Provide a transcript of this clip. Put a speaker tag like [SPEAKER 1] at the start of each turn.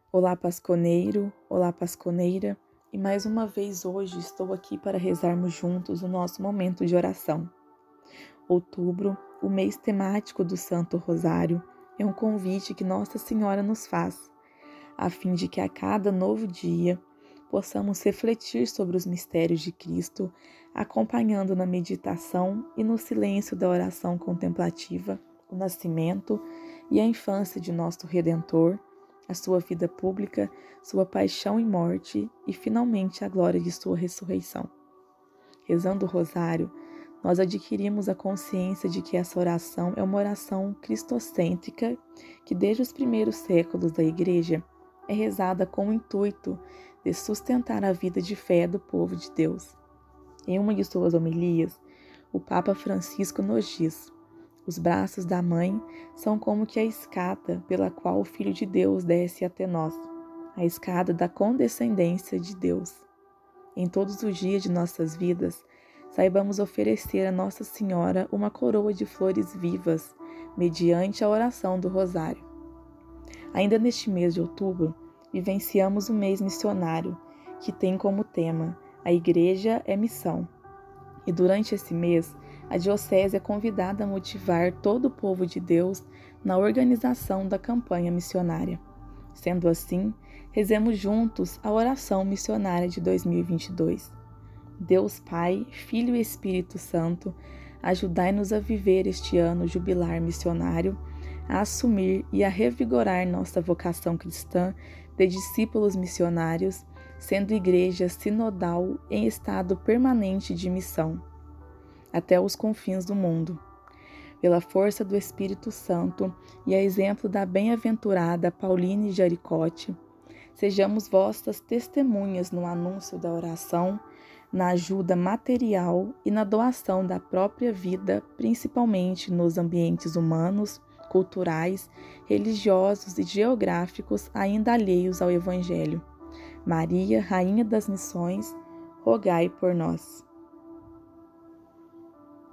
[SPEAKER 1] Olá, pasconeiro, olá, pasconeira, e mais uma vez hoje estou aqui para rezarmos juntos o nosso momento de oração. Outubro, o mês temático do Santo Rosário, é um convite que Nossa Senhora nos faz, a fim de que a cada novo dia possamos refletir sobre os mistérios de Cristo, acompanhando na meditação e no silêncio da oração contemplativa o nascimento e a infância de nosso Redentor, a sua vida pública, sua paixão e morte e, finalmente, a glória de sua ressurreição. Rezando o rosário, nós adquirimos a consciência de que essa oração é uma oração cristocêntrica que, desde os primeiros séculos da Igreja, é rezada com o intuito de sustentar a vida de fé do povo de Deus. Em uma de suas homilias, o Papa Francisco nos diz: os braços da mãe são como que a escada pela qual o Filho de Deus desce até nós, a escada da condescendência de Deus. Em todos os dias de nossas vidas, saibamos oferecer a Nossa Senhora uma coroa de flores vivas, mediante a oração do Rosário. Ainda neste mês de outubro, vivenciamos o mês missionário, que tem como tema a Igreja é Missão. E durante esse mês, a Diocese é convidada a motivar todo o povo de Deus na organização da campanha missionária. Sendo assim, rezemos juntos a oração missionária de 2022. Deus Pai, Filho e Espírito Santo, ajudai-nos a viver este ano jubilar missionário, a assumir e a revigorar nossa vocação cristã de discípulos missionários, sendo igreja sinodal em estado permanente de missão, até os confins do mundo. Pela força do Espírito Santo e a exemplo da bem-aventurada Pauline Jaricote, sejamos vossas testemunhas no anúncio da oração, na ajuda material e na doação da própria vida, principalmente nos ambientes humanos, culturais, religiosos e geográficos ainda alheios ao Evangelho. Maria, Rainha das Missões, rogai por nós.